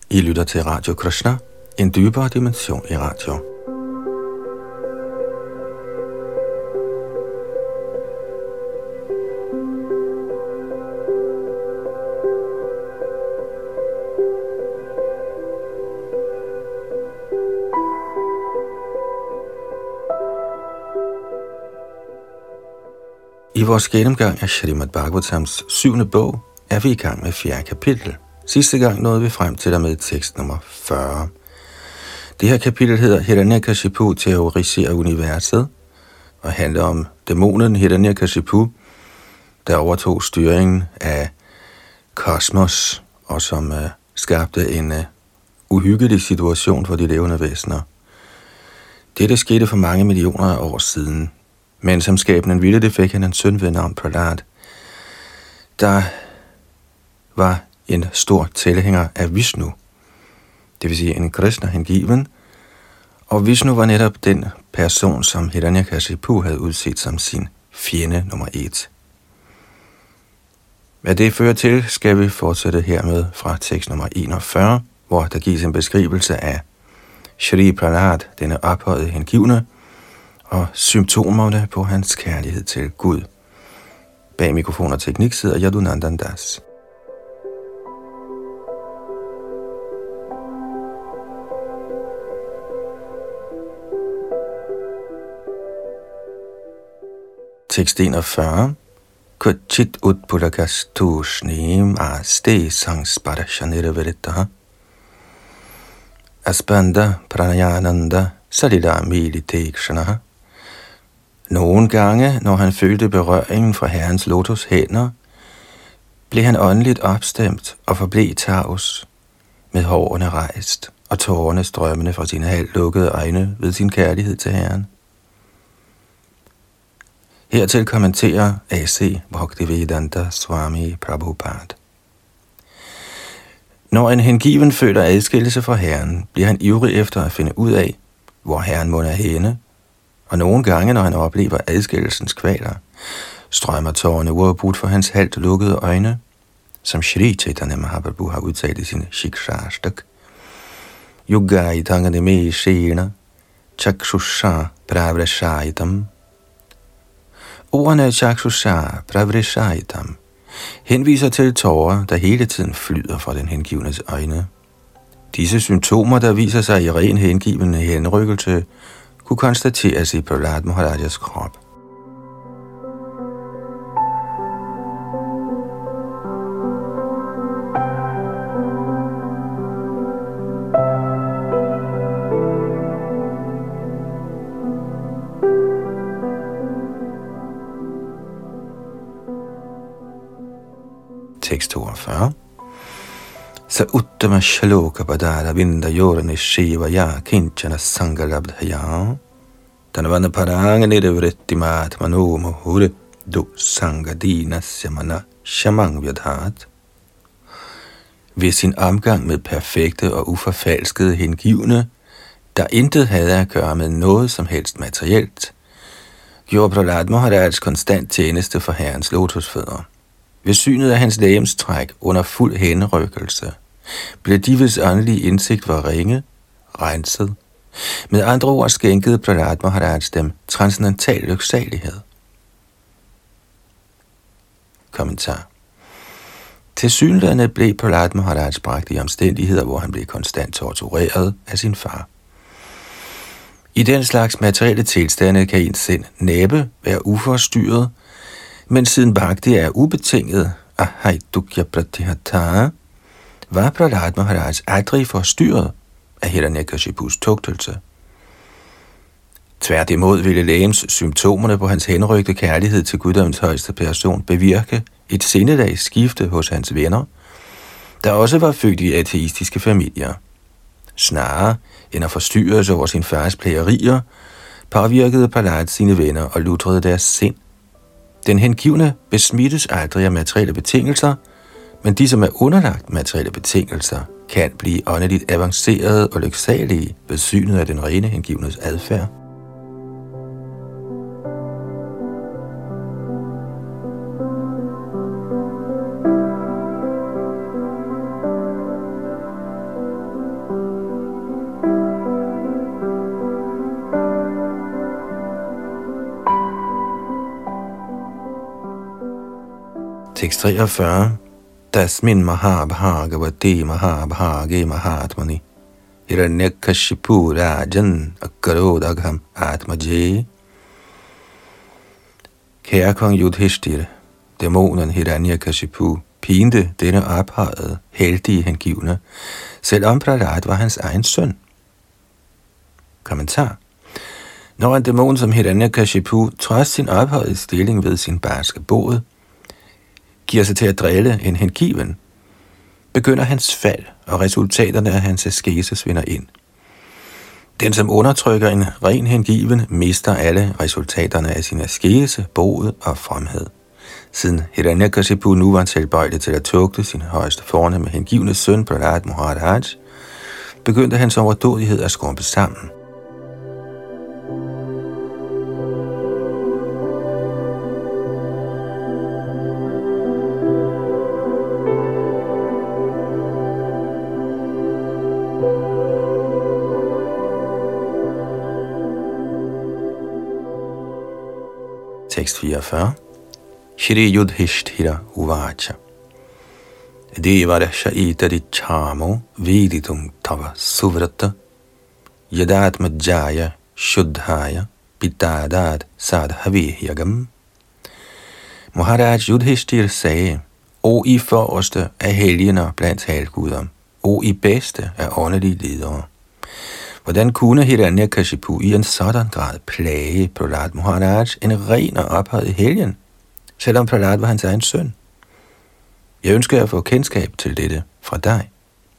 I lytter til Radio Krishna, en dybere dimension i radio. I vores gennemgang af Srimad Bhagavatams 7. bog er vi i gang med 4. kapitel. Sidste gang nåede vi frem til og med tekst nummer 40. Det her kapitel hedder Hiranyakashipu terroriserer universet og handler om dæmonen Hiranyakashipu, der overtog styringen af kosmos og som skabte en uhyggelig situation for de levende væsener. Dette skete for mange millioner af år siden, men som skabningen ville det, fik han en søn ved navn Prahlad, der var en stor tilhænger af Vishnu, det vil sige en Krishna hengiven, og Vishnu var netop den person, som Hiranyakashipu havde udset som sin fjende nummer 1. Hvad det fører til, skal vi fortsætte hermed fra tekst nummer 41, hvor der gives en beskrivelse af Shri Prahlad, denne ophøjede hengivne, og symptomerne på hans kærlighed til Gud. Bag mikrofon og teknik sidder Yadunandan Das. Tekst 41. Kuchit utpulakastu shneem aste sangsparashaniraviritaha aspanda pranayananda salila militekshanaha. Nogle gange, når han følte berøringen fra Herrens lotus hænder, blev han åndeligt opstemt og forblev tavs, med hårene rejst og tårerne strømmende fra sine halvt lukkede øjne ved sin kærlighed til Herren. Hertil kommenterer A.C. Bhaktivedanta Swami Prabhupada. Når en hengiven føler adskillelse fra Herren, bliver han ivrig efter at finde ud af, hvor Herren må er henne, og nogle gange, når han oplever adskillelsens kvaler, strømmer tårerne uafbrudt for hans halvt lukkede øjne, som Shri Chaitanya Mahaprabhu har udtalt i sin Shikshastak. Yugai tanganime shena chakshusha pravrashaitam. Ordene chakshusha pravrashaitam henviser til tårer, der hele tiden flyder fra den hengivnes øjne. Disse symptomer, der viser sig i ren hengivende henrykkelse, kunne konstateres i Prahlad Maharajas krop. Tekst 42. Sa uttama shloka padara vinda yorane shivaya kinchana sangalabdhaya tanavana paranga nirvritti mat manoma hure du sangadina samana shamang vyadhat. Ved sin omgang med perfekte og uforfalskede hengivne, der intet havde at gøre med noget som helst materielt, gjorde Prahlad Maharaj konstant tjeneste for Herrens lotusfødder. Ved synet af hans legemstræk under fuld henrykkelse, blev de, hvis åndelige indsigt var ringe, renset. Med andre ord skænkede Prahlad Maharaj dem transcendental lyksalighed. Kommentar. Tilsyneladende blev Prahlad Maharaj bragt i omstændigheder, hvor han blev konstant tortureret af sin far. I den slags materielle tilstande kan ens sind næppe være uforstyrret, men siden bhakti er ubetinget, ahaidukya pratihata, var Prahlad Maharaj aldrig forstyrret af Hiranyakashipus tugtelse. Tværtimod ville legems symptomerne på hans henrygte kærlighed til guddommens højeste person bevirke et sindedags skifte hos hans venner, der også var født i ateistiske familier. Snarere end at forstyrres over sin fars plagerier, påvirkede Prahlad sine venner og lutrede deres sind. Den hengivne besmittes aldrig af materielle betingelser, men de, som er underlagt materielle betingelser, kan blive åndeligt avancerede og lyksalige ved synet af den rene hengivnes adfærd. Tekst 43. Tasmin mahabhagavate mahabhage mahatmani Hiranyakashipu rajan akarodagham atmaje. Kære kong Yudhishthira, dæmonen Hiranyakashipu pinte denne ophøjede, heldige hengivne, selvom Prahlad var hans egen søn. Kommentar. Når en dæmon som Hiranyakashipu, trods sin ophøjede stilling ved sin barske bod, giver sig til at drille en hengiven, begynder hans fald, og resultaterne af hans askese svinder ind. Den, som undertrykker en ren hengiven, mister alle resultaterne af sin askese, bod og fromhed. Siden Hiranyakashipu nu var tilbøjelig til at tugte sin højeste fornemme hengivne søn Prahlad Maharaj, begyndte hans overdådighed at skrumpe sammen. Tekst 44. Shri Yudhishthira uvacha Devarasha itadichamo viditum tava suvrata yadatmajaya shuddhaya pitadat sadhavihyagam. Maharaj Yudhishthir sagde: O I forreste af helgener blandt halvguder, o I bedste af åndelige ledere. Hvordan kunne Hiranyakashipu i en sådan grad plage Prahlad Maharaj, en ren og ophøjet helgen, selvom Prahlad var hans egen søn? Jeg ønsker at få kendskab til dette fra dig.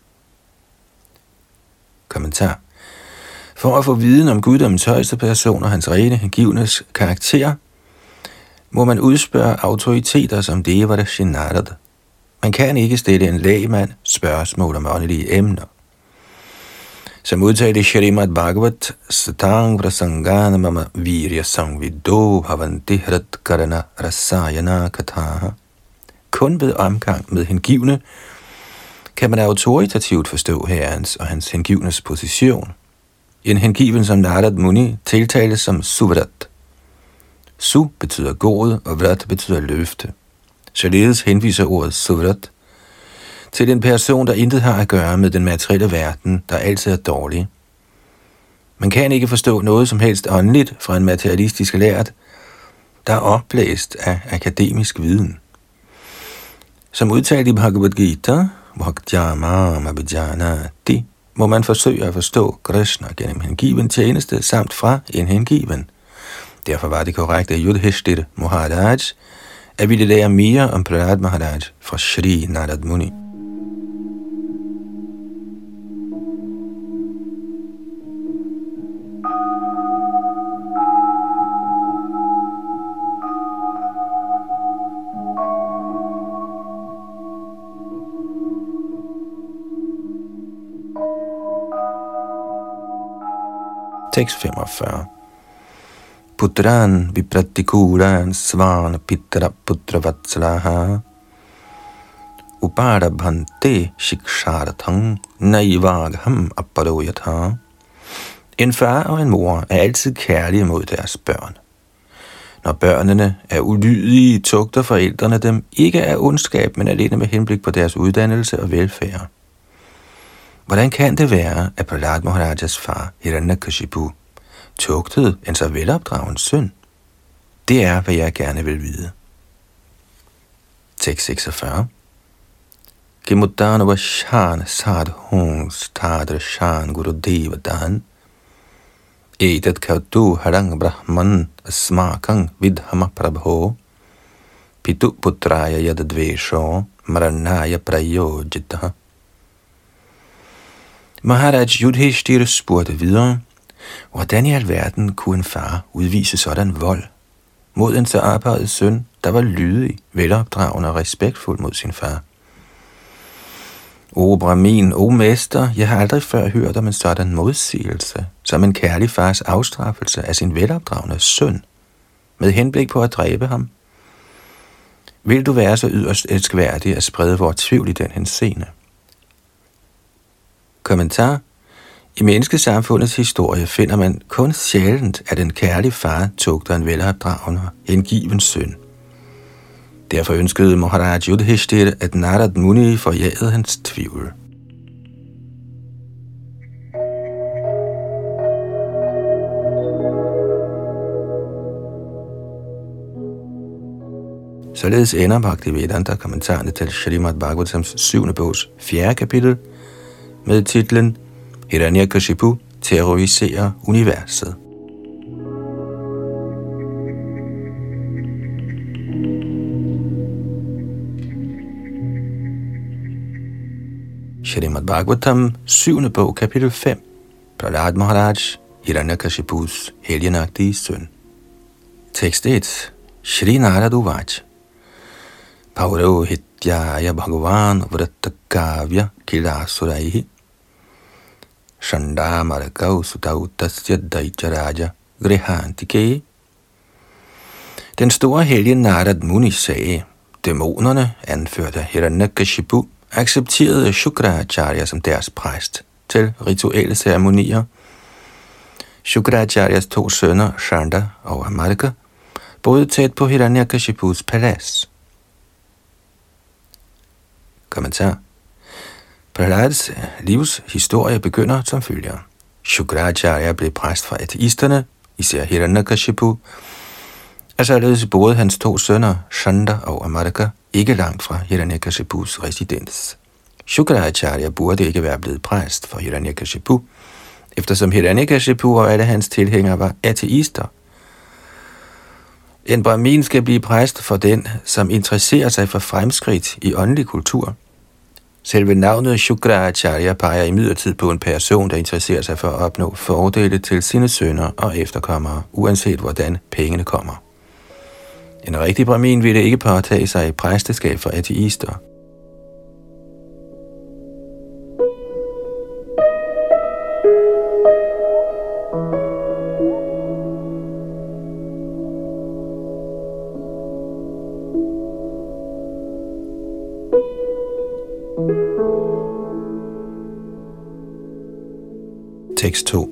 Kommentar. For at få viden om guddommens højeste person og hans rene hengivnes karakter, må man udspørge autoriteter som Devarashi Narada. Man kan ikke stille en lægmand spørgsmål om åndelige emner. Som udtalte Shrimad Bhagavat, Satang Prasangana Mama Virya Sangvido Havanti Hrat Karana Rasayana Kathaha. Kun ved omgang med hengivne kan man autoritativt forstå herrens og hans hengivnes position. En hengiven som Narad Muni tiltales som Suvrat. Su betyder god, og vrat betyder løfte. Således henviser ordet Suvrat til en person, der intet har at gøre med den materielle verden, der altid er dårlig. Man kan ikke forstå noget som helst åndeligt fra en materialistisk lært, der er opblæst af akademisk viden. Som udtalt i Bhagavad Gita, må man forsøge at forstå Krishna gennem hengiven tjeneste samt fra en hengiven. Derfor var det korrekt af Yudhishthira Maharaj at ville lære mere om Prahlad Maharaj fra Shri Narad Muni. Tekst 45. Putran vipratikuran svan pitra putravatsalaha uparabhante shiksharthang naivagham aparoyatha. En far og en mor er altid kærlige mod deres børn. Når børnene er ulydige, tugter forældrene dem ikke af ondskab, men alene med henblik på deres uddannelse og velfærd. Hvordan kan det være, at Prahlad Maharajas far, Hiranyakashipu, tugtede en så velopdragen søn? Det er, hvad jeg gerne vil vide. Tekst 46. Kimudanavashan sadhungs tadrashan gurudevadan etat kautu harang brahman asmakang vidhama prabho pitu putraya yadadvesho maranaya prayojitaha. Maharaj Yudhishthira spurgte videre, hvordan i alverden kunne en far udvise sådan vold mod en så ophøjet søn, der var lydig, velopdragende og respektfuld mod sin far. O Brahmin, o mester, jeg har aldrig før hørt om en sådan modsigelse, som en kærlig fars afstraffelse af sin velopdragende søn, med henblik på at dræbe ham. Vil du være så yderst elskværdig at sprede vores tvivl i den henseende? Kommentar. I menneskesamfundets historie finder man kun sjældent, at en kærlig far tugter en velopdragende, hengiven søn. Derfor ønskede Maharaj Yudhishthira, at Narad Muni forjagede hans tvivl. Således ender Bhaktivedanta kommentarerne til Srimad Bhagavatams 7. bogs 4. kapitel med titlen Hiranyakashipu terroriserer universet. Srimad Bhagavatam 7. bog kapitel 5. Prahlad Maharaj, Hiranyakashipus helgenagtige søn. Tekst 1. Shri Narad Uvaj. Paurohityaya Bhagavan Vratakavya Kilasuraihi Shandamarakav Sutautasya Daicharaja Grihantike. Den store helgen Narad Muni sagde, dæmonerne, anført af Hiranyakashipu, accepterede Shukracharya som deres præst til rituelle ceremonier. Shukracharyas 2 sønner, Shanda og Amarika, boede tæt på Hiranyakashipus palads. Kommentar. Prahlads livs historie begynder som følger. Shukracharya blev præst for ateisterne, især Hiranyakashipu, og således boede hans 2 sønner, Shanda og Amarika, ikke langt fra Hiranyakashipus residens. Shukracharya burde ikke være blevet præst for Hiranyakashipu, eftersom Hiranyakashipu og alle hans tilhængere var ateister. En brahmin skal blive præst for den, som interesserer sig for fremskridt i åndelig kultur. Selve navnet Shukracharya peger imidlertid på en person, der interesserer sig for at opnå fordele til sine sønner og efterkommere, uanset hvordan pengene kommer. En rigtig brahmin ville ikke påtage sig præsteskab for ateister. Tekst 2.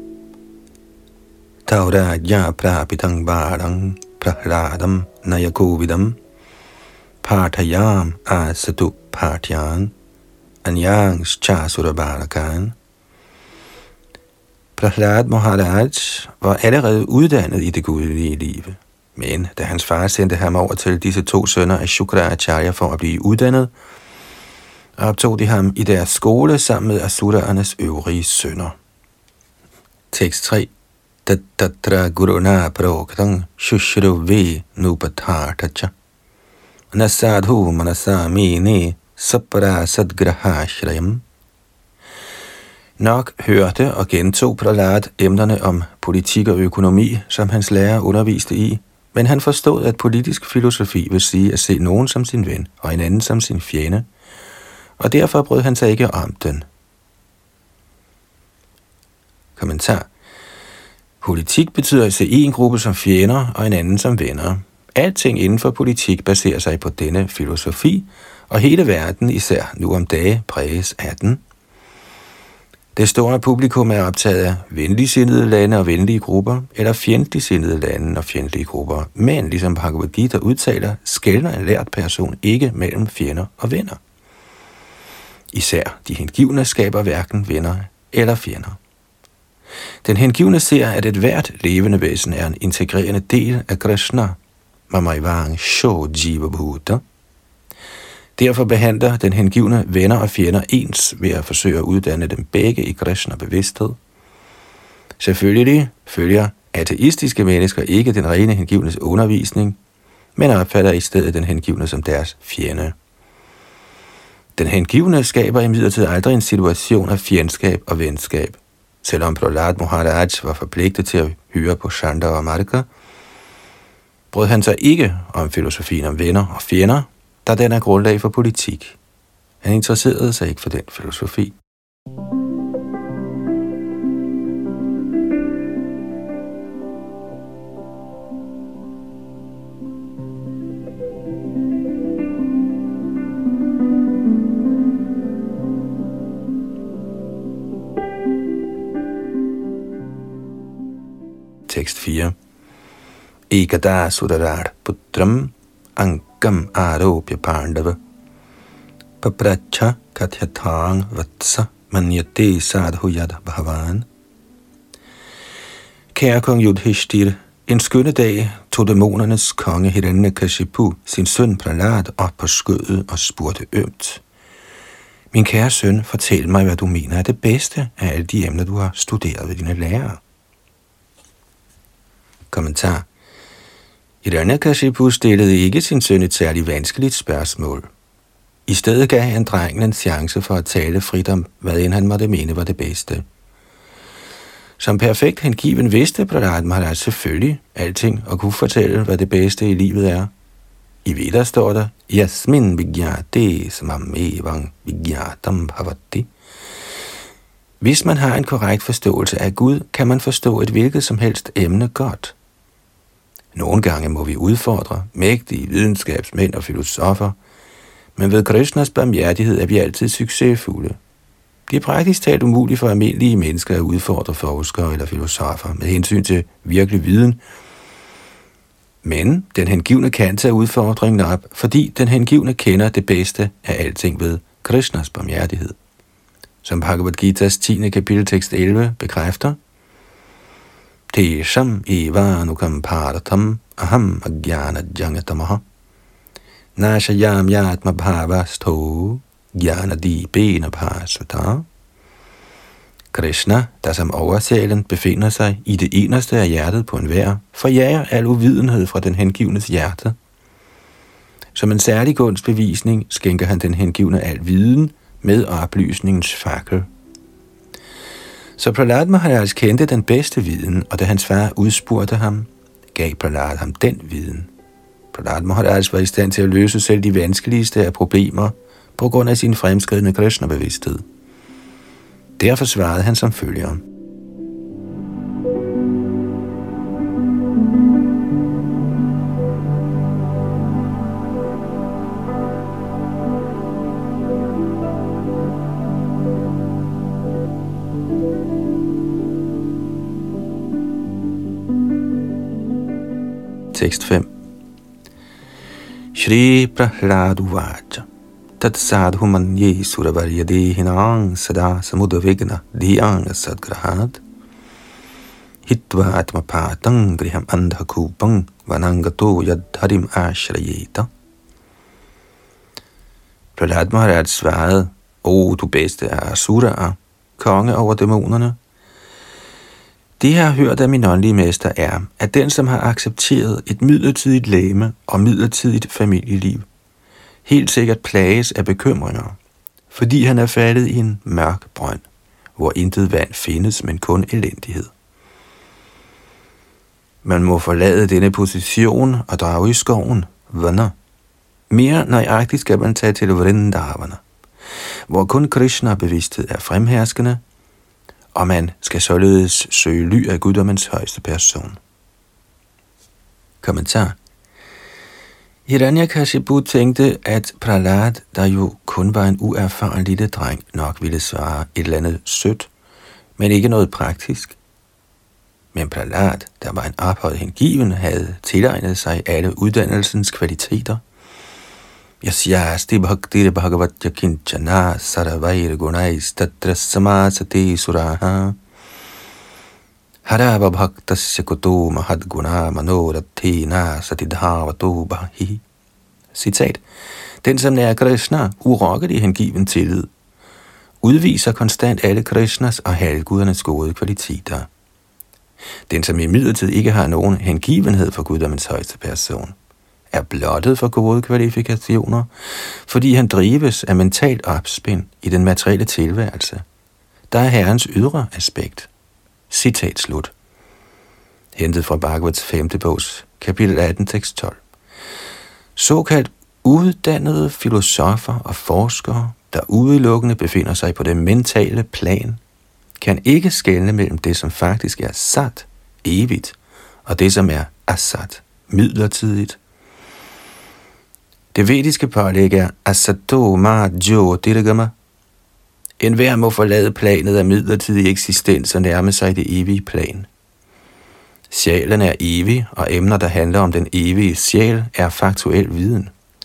Taurajya prapitang varang prahladam nayakovidam partayam asatu partyan anyangs chasurabarakan. Prahlad Maharaj var allerede uddannet i det gudelige liv, men da hans far sendte ham over til disse 2 sønner af Shukracharya for at blive uddannet, optog de ham i deres skole sammen med asuraernes øvrige sønner. Tekst 3. Tattatra guruna proktang shushruve nupatartacha nasadhu manasamine sapara sadgrahashrayam. Nok hørte og gentog Prahlad emnerne om politik og økonomi, som hans lærer underviste i, men han forstod, at politisk filosofi vil sige at se nogen som sin ven og en anden som sin fjende, og derfor brød han sig ikke om den. Kommentar. Politik betyder at se en gruppe som fjender og en anden som venner. Alting inden for politik baserer sig på denne filosofi, og hele verden, især nu om dage, præges af den. Det store publikum er optaget af venligsindede lande og venlige grupper, eller fjendtligsindede lande og fjendtlige grupper. Men ligesom Bhagavad Gita udtaler, skelner en lært person ikke mellem fjender og venner. Især de hengivne skaber hverken venner eller fjender. Den hengivne ser, at et hvert levende væsen er en integrerende del af Krishna. Mamaivang sho jiva bhuta. Derfor behandler den hengivne venner og fjender ens ved at forsøge at uddanne dem begge i Krishna bevidsthed. Selvfølgelig følger ateistiske mennesker ikke den rene hengivnes undervisning, men opfatter i stedet den hengivne som deres fjende. Den hengivne skaber imidlertid aldrig en situation af fjendskab og venskab. Selvom Prahlad Maharaj var forpligtet til at hyre på Shanda og Amarika, brød han sig ikke om filosofien om venner og fjender, da den er grundlag for politik. Han interesserede sig ikke for den filosofi. Tekst 4. Ekada sudarar putram Sargam Aropya Pandava Papracha Kathyatang Vatsa Manyate Sadhu Yad Bhavan. Kære kong Yudhishthir, en skønne dag tog dæmonernes konge Hiranyakashipu sin søn Prahlad op på skødet og spurgte ømt: Min kære søn, fortæl mig, hvad du mener er det bedste af alle de emner, du har studeret ved dine lærere. Kommentar. Hiranyakashipu stillede ikke sin søn et særligt vanskeligt spørgsmål. I stedet gav han drengen en chance for at tale frit om, hvad end han måtte mene var det bedste. Som perfekt hengiven vidste Prahlad Maharaj selvfølgelig alting og kunne fortælle, hvad det bedste i livet er. I Veda står der, Yasmin vigyate samam evang vigyatam bhavati. Hvis man har en korrekt forståelse af Gud, kan man forstå et hvilket som helst emne godt. Nogle gange må vi udfordre mægtige videnskabsmænd og filosofer, men ved Krishnas barmhjertighed er vi altid succesfulde. Det er praktisk talt umuligt for almindelige mennesker at udfordre forskere eller filosofer med hensyn til virkelig viden, men den hengivne kan tage udfordringen op, fordi den hengivne kender det bedste af alting ved Krishnas barmhjertighed. Som Bhagavad Gita's 10. kapitel tekst 11 bekræfter, Tesham evanukam paratam aham agyana jangatamaha nashayam yatma bhavasto jnanadipena bhasvata. Krishna, der som oversjælen befinder sig i det inderste af hjertet på enhver, forjager al uvidenhed fra den hengivnes hjerte. Som en særlig gunstbevisning skænker han den hengivne al viden med oplysningens fakkel. Så Prahlad Maharaj kendte den bedste viden, og da hans far udspurgte ham, gav Prahlad ham den viden. Prahlad Maharaj var i stand til at løse selv de vanskeligste af problemer på grund af sin fremskridende Krishna-bevidsthed. Derfor svarede han som følger. Tekst 5. Shri Prahlad Uvacha Tat sadhu manye suravaryadehinang sada samudavigna dhyanga sadgrahat hitva atmapatang griham andhakupang vanangato yadharim ashrayeta. Prahlad Maharaj svarede, du bedste af asuraer, konge over dæmonerne. Det jeg har hørt af min åndelige mester er, at den, som har accepteret et midlertidigt legeme og midlertidigt familieliv, helt sikkert plages af bekymringer, fordi han er faldet i en mørk brønd, hvor intet vand findes, men kun elendighed. Man må forlade denne position og drage i skoven, Vana. Mere nøjagtigt skal man tage til Vrindavana, hvor kun Krishna-bevidsthed er fremherskende, og man skal således søge ly af guddommens højeste person. Kommentar. Hiranyakashipu tænkte, at Prahlad, der jo kun var en uerfaren lille dreng, nok ville svare et eller andet sødt, men ikke noget praktisk. Men Prahlad, der var en ophøjet hengiven, havde tilegnet sig alle uddannelsens kvaliteter. Yasyasti bhaktir bhagavatya kinchana saravair gunais tatra samasate suraha harava bhaktasya kuto mahadguna manorathena satidhavato bahi. Citat. Den, som lærer Krishna urokkelig hengiven tillid, udviser konstant alle Krishnas og halvgudernes gode kvaliteter. Den, som imidlertid ikke har nogen hengivenhed for guddommens højeste person, er blottet for gode kvalifikationer, fordi han drives af mentalt opspind i den materielle tilværelse, der er herrens ydre aspekt. Citat slut. Hentet fra Bhagavats 5. bogs, kapitel 18, tekst 12. Såkaldt uddannede filosofer og forskere, der udelukkende befinder sig på det mentale plan, kan ikke skelne mellem det, som faktisk er sat, evigt, og det, som er asat, midlertidigt. Det vediske pålæg er asato ma jyotirgama. Enhver må forlade planet af midlertidig eksistens og nærme sig det evige plan. Sjælen er evig, og emner, der handler om den evige sjæl, er faktuel viden.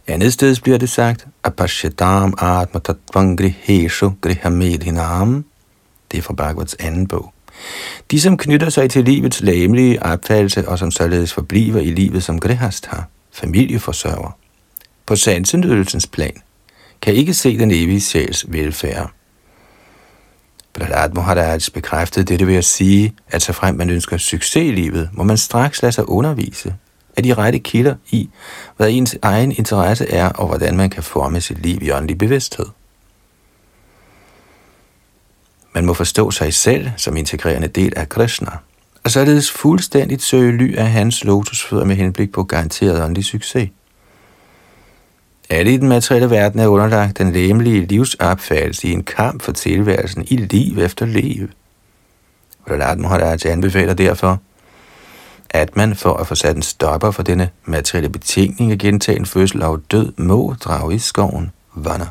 Andet sted bliver det sagt, Apashyatam atma tatvam griheshu grihamedhinam. Det er fra Bhagavats anden bog. De, som knytter sig til livets legemlige opfattelse, og som således forbliver i livet som grihastha, familieforsørger, på sansenydelsens plan, kan ikke se den evige sjæls velfærd. Prahlad Maharaj bekræftede dette ved at sige, at så frem man ønsker succes i livet, må man straks lade sig undervise af de rette kilder i, hvad ens egen interesse er, og hvordan man kan forme sit liv i åndelig bevidsthed. Man må forstå sig selv som integrerende del af Krishna, og således fuldstændigt søge ly af hans lotusfødder med henblik på garanteret åndelig succes. Alle i den materielle verden er underlagt den legemlige livsopfattelse i en kamp for tilværelsen i liv efter liv. Prahlad Maharaj anbefaler derfor, at man for at få sat en stopper for denne materielle betingning af gentagen fødsel og død, må drage i skoven Vana.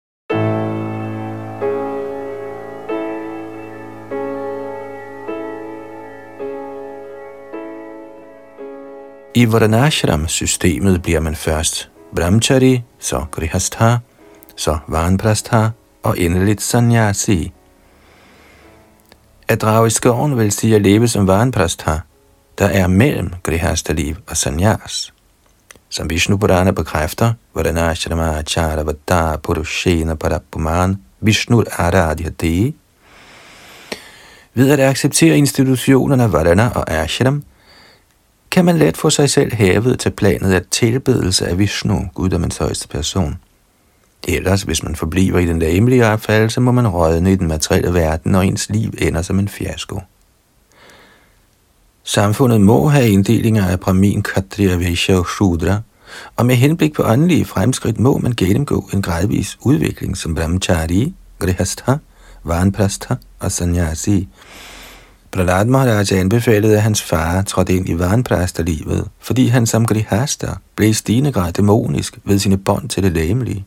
I Varnashram-systemet bliver man først brahmachari, så grihastha, så vanprastha og endeligt sannyasi. At drage i skoven vil sige at leve som vanprastha, der er mellem grihastha-liv og sannyas. Som Vishnu Purana bekræfter, Varnashrama charavata purushena parapuman Vishnur aradhyate. Ved at acceptere institutionerne af Varna og Ashram, kan man let få sig selv hævet til planet af tilbedelse af Vishnu, guddommens højeste person. Ellers, hvis man forbliver i den legemlige opfattelse, må man rådne i den materielle verden, og ens liv ender som en fiasko. Samfundet må have inddelinger af Brahmin, Kshatriya, Vaishya og Shudra, og med henblik på åndelige fremskridt må man gennemgå en gradvis udvikling som brahmachari, grihastha, vanprastha og sannyasi. Prahlad Maharaj anbefalede, at hans far trådte ind i vanprastha-livet, fordi han som grihastha blev i stigende grad dæmonisk ved sine bånd til det legemlige.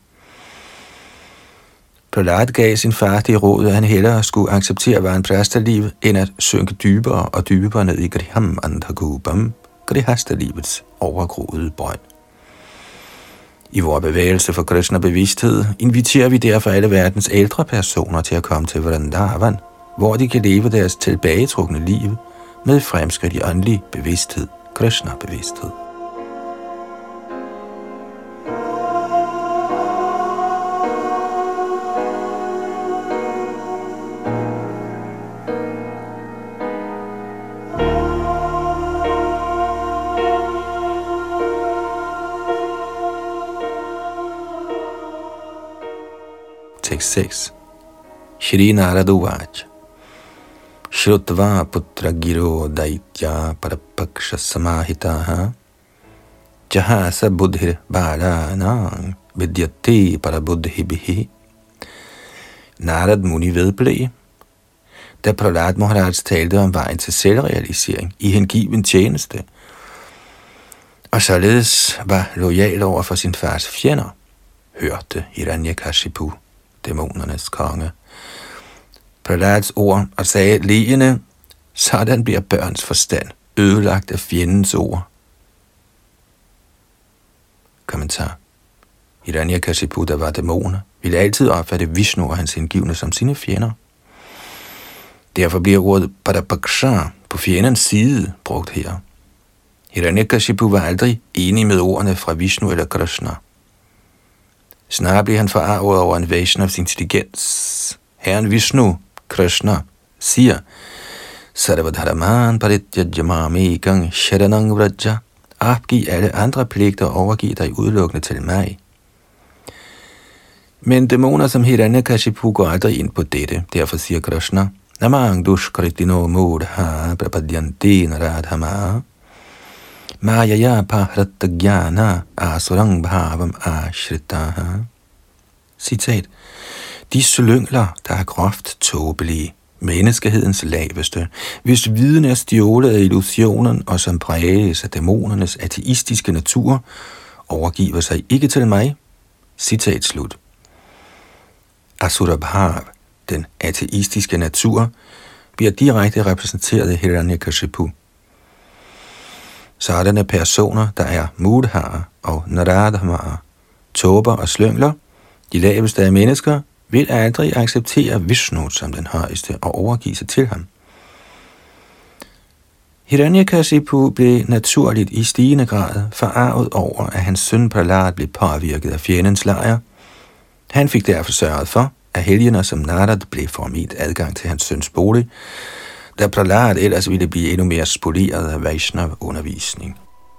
Prahlad gav sin far det råd, at han hellere skulle acceptere vanprastha-livet, end at synke dybere og dybere ned i griham andhagubam, grihastha-livets overgroede brønd. I vores bevægelse for Krishna bevidsthed inviterer vi derfor alle verdens ældre personer til at komme til Vrindavan, hvor de kan leve deres tilbagetrukne liv med fremskridt i åndelig bevidsthed, Krishna-bevidsthed. Tekst 6. Shri Narad Uvaj Shrutva putra giro daitya parapaksha samahitaha jahasa buddhir balanang vidyate parabuddhibihi. Narad Muni vedblev, da Prahlad Maharaj talte om vejen til selvrealisering i hengiven tjeneste, og således var lojal over for sin fars fjender, hørte Hiranyakashipu, dæmonernes konge, Prahlads ord og sagde ligende, sådan bliver børns forstand ødelagt af fjendens ord. Kommentar. Hiranyakashipu, der var dæmoner, ville altid opfatte Vishnu og hans hengivne som sine fjender. Derfor bliver ordet parapaksha på fjendens side brugt her. Hiranyakashipu var aldrig enig med ordene fra Vishnu eller Krishna. Snarere blev han forarvet over en Vaishnavs intelligens. Herren Vishnu, Krishna, siger, Sarvadharaman parityajamamekang sharanang vraja. Opgiv alle andre pligter og overgiv dig udelukkende til mig. Men dæmoner som Hiranyakashipu går aldrig ind på dette. Derfor siger Krishna, Namang dushkritino mudha prapadyanti naradhama Mayaya pahrattagyana asurang bhavam ashritaha. Citat. De slyngler, der er groft tåbelige, menneskehedens laveste, hvis viden er stjålet af illusionen og som præges af dæmonernes ateistiske natur, overgiver sig ikke til mig. Citat slut. Asurabhav, den ateistiske natur, bliver direkte repræsenteret af Hiranyakashipu. Sådanne personer, der er mudhara og naradhamara, tåber og slyngler, de laveste af mennesker, vil aldrig acceptere Vishnu som den højeste og overgive sig til ham. Hiranyakashipu blev naturligt i stigende grad forarvet over, at hans søn Prahlad blev påvirket af fjendens lejr. Han fik derfor sørget for, at helgener som Narad blev forment adgang til hans søns bolig, da Prahlad ellers ville blive endnu mere spoleret af Vaishnav-undervisning.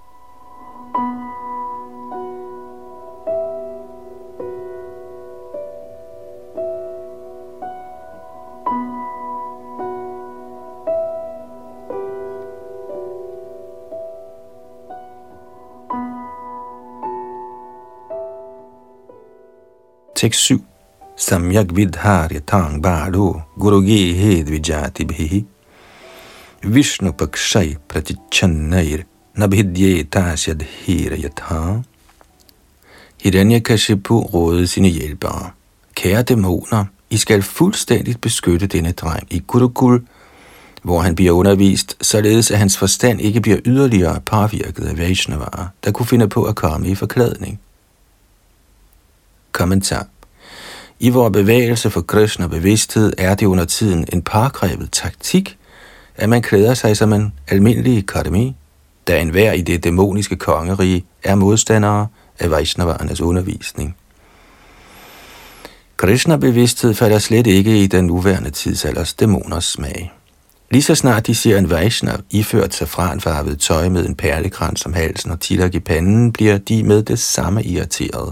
Tekst 7. Samyak vidharya tang balo guruge hedvijati bhihi Vishnu pakshay pratichannair nabhidye tasyad hirayatha. Hiranyakashipu rådede sine hjælpere. Kære dæmoner, I skal fuldstændigt beskytte denne dreng i Gurukul, hvor han bliver undervist, således at hans forstand ikke bliver yderligere påvirket af Vaishnavaer, der kunne finde på at komme i forklædning. Kommentar. I vores bevægelse for Krishna bevidsthed er det under tiden en påkrævet taktik, at man klæder sig som en almindelig karmi, da enhver i det dæmoniske kongerige er modstandere af Vaishnavarernes undervisning. Krishna-bevidsthed falder slet ikke i den nuværende tidsalders dæmoners smag. Lige så snart de ser en Vaishnav iført safranfarvet tøj med en perlekrans om halsen og tilak i panden, bliver de med det samme irriterede.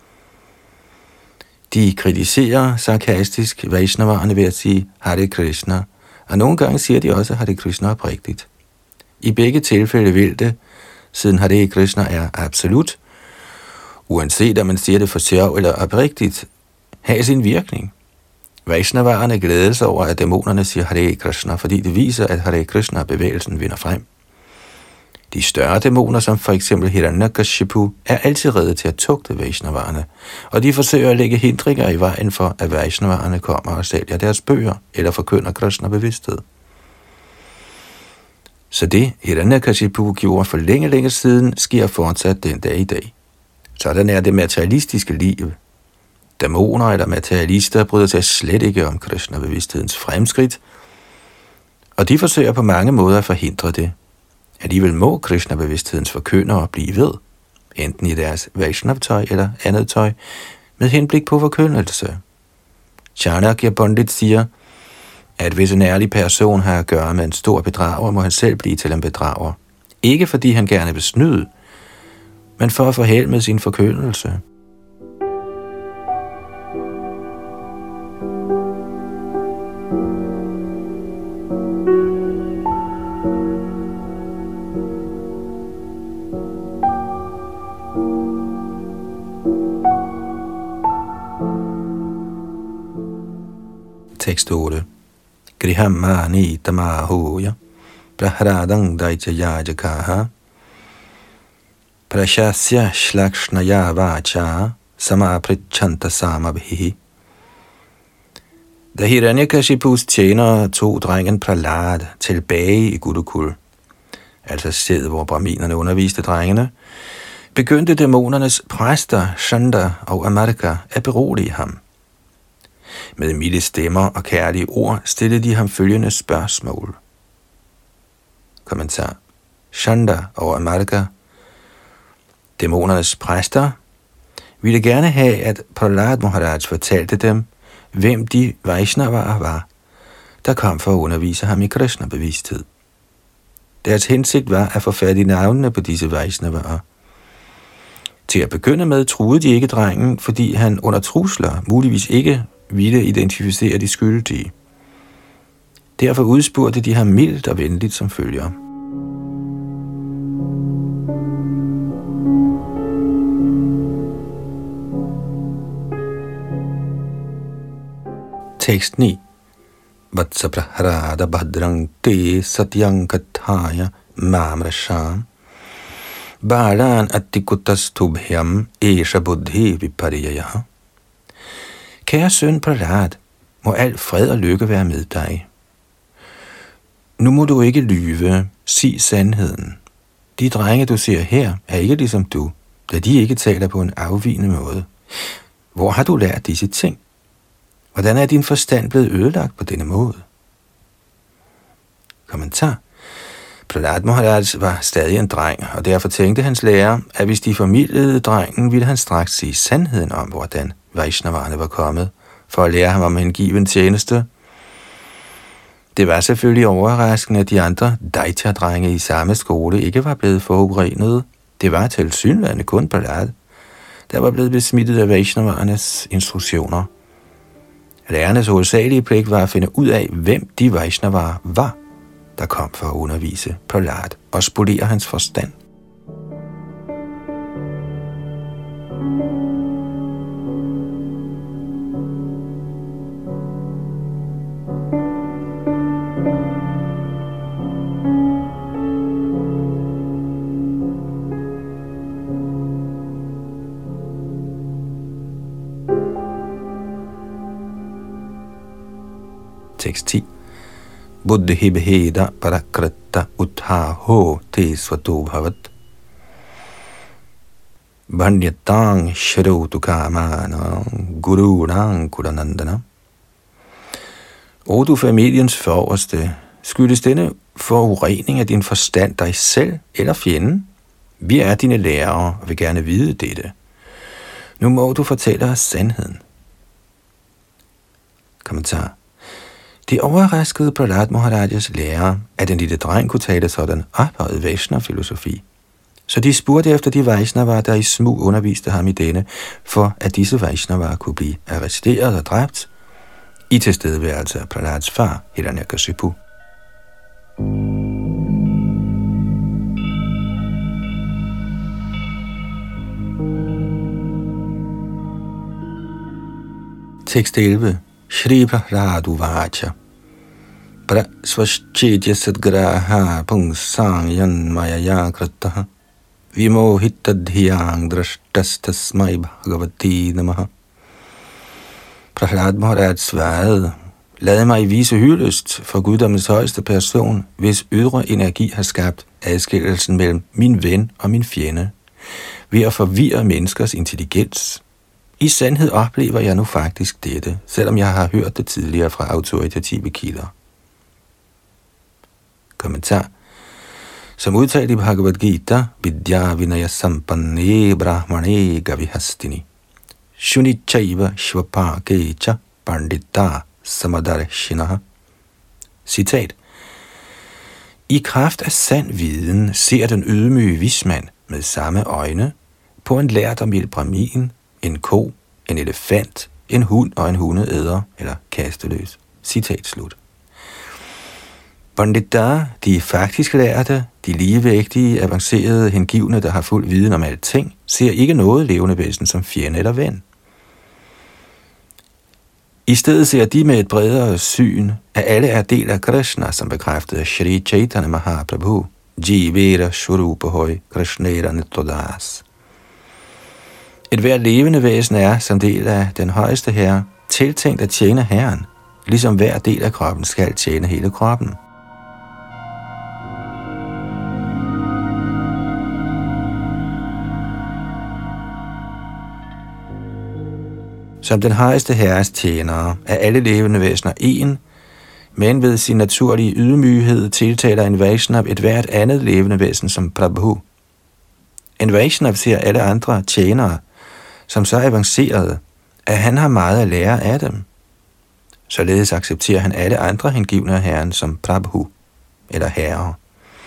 De kritiserer sarkastisk Vaishnavarerne ved at sige Hare Krishna, og nogle gange siger de også Hare Krishna oprigtigt. I begge tilfælde vil det, siden Hare Krishna er absolut, uanset om man siger det for sjov eller oprigtigt, have sin virkning. Vaishnavarerne glæder sig over, at dæmonerne siger Hare Krishna, fordi det viser, at Hare Krishna-bevægelsen vinder frem. De større dæmoner, som for eksempel Hiranyakashipu, er altid rede til at tugte Vaishnavarerne, og de forsøger at lægge hindringer i vejen for, at Vaishnavarerne kommer og sælger deres bøger eller forkynder Krishna-bevidsthed. Så det, Hiranyakashipu gjorde for længe siden, sker fortsat den dag i dag. Sådan er det materialistiske liv. Dæmoner eller materialister bryder sig slet ikke om Krishna-bevidsthedens fremskridt, og de forsøger på mange måder at forhindre det. Alligevel må Krishna-bevidsthedens forkyndere blive ved, enten i deres Vaishnav-tøj eller andet tøj, med henblik på forkyndelse. Chanakya Pandit siger, at hvis en ærlig person har at gøre med en stor bedrager, må han selv blive til en bedrager. Ikke fordi han gerne vil snyde, men for at få held med sin forkyndelse. Tekst 8. Grihammani tamahoya prahradang daityayajakaha prashasya shlakshnaya vacha samaprichanta samabhihi. Da Hiranyakashipus tjenere tog drengen Prahlad tilbage i Gurukul, altså stedet, hvor brahminerne underviste drengene, begyndte dæmonernes præster Chanda og Amarka at berolige ham. Med milde stemmer og kærlige ord stillede de ham følgende spørgsmål. Kommentar. Chanda og Amarka, dæmonernes præster, ville gerne have, at Prahlad Maharaj fortalte dem, hvem de Vaishnavaer var, der kom for at undervise ham i Krishna-bevidsthed. Deres hensigt var at få fat i navnene på disse Vaishnavaer. Til at begynde med truede de ikke drengen, fordi han under trusler muligvis ikke ville identificere de skyldige. Derfor udspurgte de ham mildt og venligt som følger. Tekst 9. Vatsa prahrada bhadrang te satyang kathaya mamrasham balan attikutas tubhyam esha buddhi vipariyaya. Kære søn Prahlad, må al fred og lykke være med dig. Nu må du ikke lyve, sig sandheden. De drenge, du ser her, er ikke ligesom du. da de ikke taler på en afvigende måde. Hvor har du lært disse ting? Hvordan er din forstand blevet ødelagt på denne måde? Kommentar. Prahlad Maharaj var stadig en dreng, og derfor tænkte hans lærer, at hvis de formidlede drengen, ville han straks sige sandheden om, hvordan Vaishnavarerne var kommet, for at lære ham om en given tjeneste. Det var selvfølgelig overraskende, at de andre Daitya-drenge i samme skole ikke var blevet forurenede. Det var tilsyneladende kun Prahlad, der var blevet besmittet af Vaishnavarernes instruktioner. Lærernes hovedsagelige pligt var at finde ud af, hvem de Vaishnavarer var, der kom for at undervise Prahlad og spolere hans forstand. Tekst 10. Buddhi bheda parakrita uthaho te svato bhavat bhanyatang shrotu kamana gurunang kuranandana. O du familiens forreste, skyldes denne forurening af din forstand dig selv eller fjenden? Vi er dine lærere og vil gerne vide dette. Nu må du fortælle os sandheden. Kommentar. Det overraskede Prahlad Maharajas lærer, at den lille dreng kunne tale sådan ophøjet Vaishnav-filosofi. Så de spurgte efter de Vaishnavarer, der i smug underviste ham i denne, for at disse Vaishnavarer kunne blive arresteret og dræbt i tilstedeværelse af Prahlads far, Hiranyakashipu. Tekst 11. Shri Prahlad Uvacha Prasvaschetya sadgraha pungsang yanmayaya krataha vimohitadhyang drashtastasmai bhagavati namaha. Prahlad Maharaj svarede, lad mig vise hyldest for guddommens højeste person, hvis ydre energi har skabt adskillelsen mellem min ven og min fjende, ved at forvirre menneskers intelligens. I sandhed oplever jeg nu faktisk dette, selvom jeg har hørt det tidligere fra autoritative kilder. Kommentar. Som udtalt i Bhagavad Gita, Vidya Vinaya Sampanne Brahmane Gavihastini Shunichaiva Shvapakecha Pandita Samadarshinaha. Citat. I kraft af sand viden ser den ydmyge vismand med samme øjne på en lærdommild brahmin, en ko, en elefant, en hund og en hundeæder eller kasteløs. Citat slut. Pandita, de faktisk lærte, de ligevægtige, avancerede, hengivne, der har fuld viden om alting, ser ikke noget levende væsen som fjende eller ven. I stedet ser de med et bredere syn, at alle er del af Krishna, som bekræftede af Shri Chaitanya Mahaprabhu, Jivera Shurupahoy Krishnera Nitodas. Et hvert levende væsen er, som del af den højeste herre, tiltænkt at tjene herren, ligesom hver del af kroppen skal tjene hele kroppen. Som den højeste herres tjenere er alle levende væsener en, men ved sin naturlige ydmyghed tiltaler en Vaishnav et hvert andet levende væsen som Prabhu. En Vaishnav ser alle andre tjenere som så avancerede, at han har meget at lære af dem. Således accepterer han alle andre hengivne af herren som Prabhu eller herre.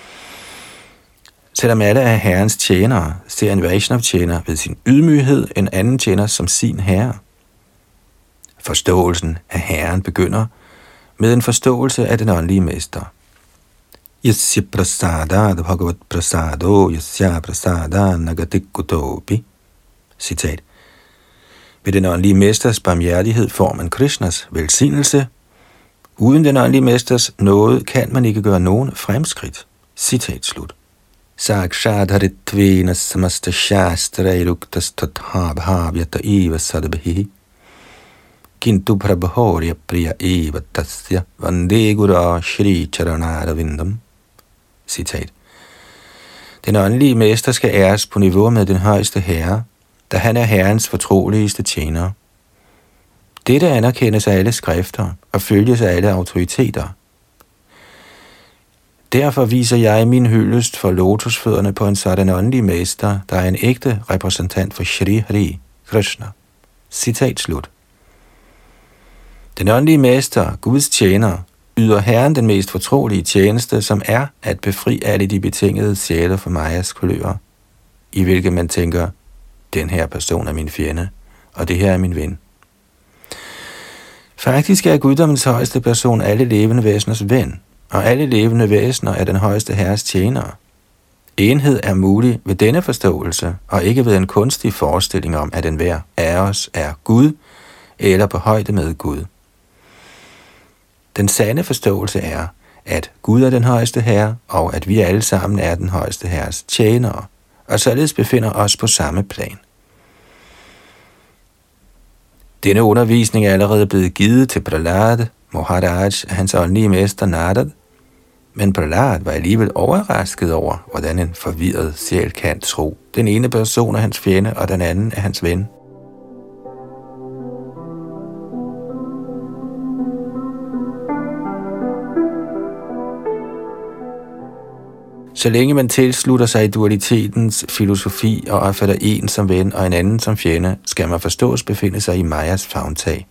Selvom alle er herrens tjenere, ser en Vaishnav-tjener ved sin ydmyghed en anden tjener som sin herre. Forståelsen af herren begynder med en forståelse af den åndelige mester. Yasya prasada bhagavat prasado yasya prasada nagatikutopi. Citat. Ved den åndelige mesters barmhjertighed får man Krishnas velsignelse. Uden den åndelige mesters nåde kan man ikke gøre nogen fremskridt. Citat slut. Sakshadharitvena samasta shastra iruktas tatha bhavyata eva sadabhihi kintu prabhorya priya eva tasya vande gura shri charanaravindam. Citat. Den åndelige mester skal æres på niveau med den højeste herre, da han er herrens fortroligste tjener. Dette anerkendes af alle skrifter og følges af alle autoriteter. Derfor viser jeg min hyldest for lotusfødderne på en sådan åndelig mester, der er en ægte repræsentant for Shri Hari Krishna. Citat slut. Den åndelige mester, Guds tjener, yder Herren den mest fortrolige tjeneste, som er at befri alle de betingede sjæle for Mayas kulører, i hvilke man tænker, den her person er min fjende, og det her er min ven. Faktisk er guddommens højeste person alle levende væseners ven, og alle levende væsener er den højeste herres tjenere. Enhed er mulig ved denne forståelse, og ikke ved en kunstig forestilling om, at enhver af os er Gud, eller på højde med Gud. Den sande forståelse er, at Gud er den højeste herre, og at vi alle sammen er den højeste herres tjenere, og således befinder os på samme plan. Denne undervisning er allerede blevet givet til Prahlad Maharaj af hans åndelige mester Narad, men Prahlad var alligevel overrasket over, hvordan en forvirret sjæl kan tro. Den ene person er hans fjende, og den anden er hans ven. Så længe man tilslutter sig i dualitetens filosofi og opfatter en som ven og en anden som fjende, skal man forstås befinde sig i Mayas favntag.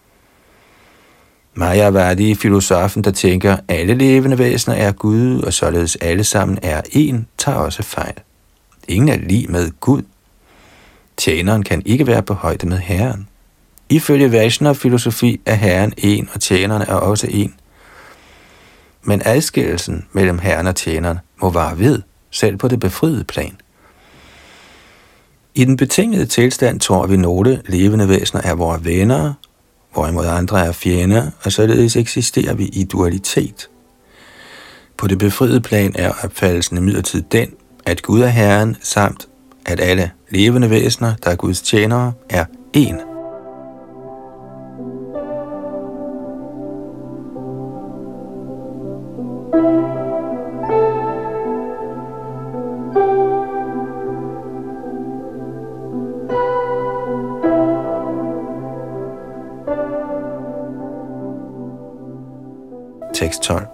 Mayavadi, filosofen, der tænker, at alle levende væsener er Gud, og således alle sammen er en, tager også fejl. Ingen er lig med Gud. Tjeneren kan ikke være på højde med Herren. Ifølge Vaishnava-filosofi er Herren en, og tjenerne er også en. Men adskillelsen mellem Herren og tjeneren må vare ved, selv på det befriede plan. I den betingede tilstand tror vi nogle levende væsener er vores venner, hvorimod andre er fjender, og således eksisterer vi i dualitet. På det befriede plan er opfattelsen imidlertid den, at Gud er Herren, samt at alle levende væsener, der er Guds tjenere, er én. Tekst 12.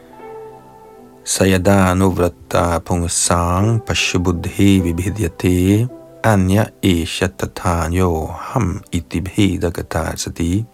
Sayadanu vratta pungsang pashubuddhi vibhidyate anya esha tatanyo ham iti bheda gatarsati.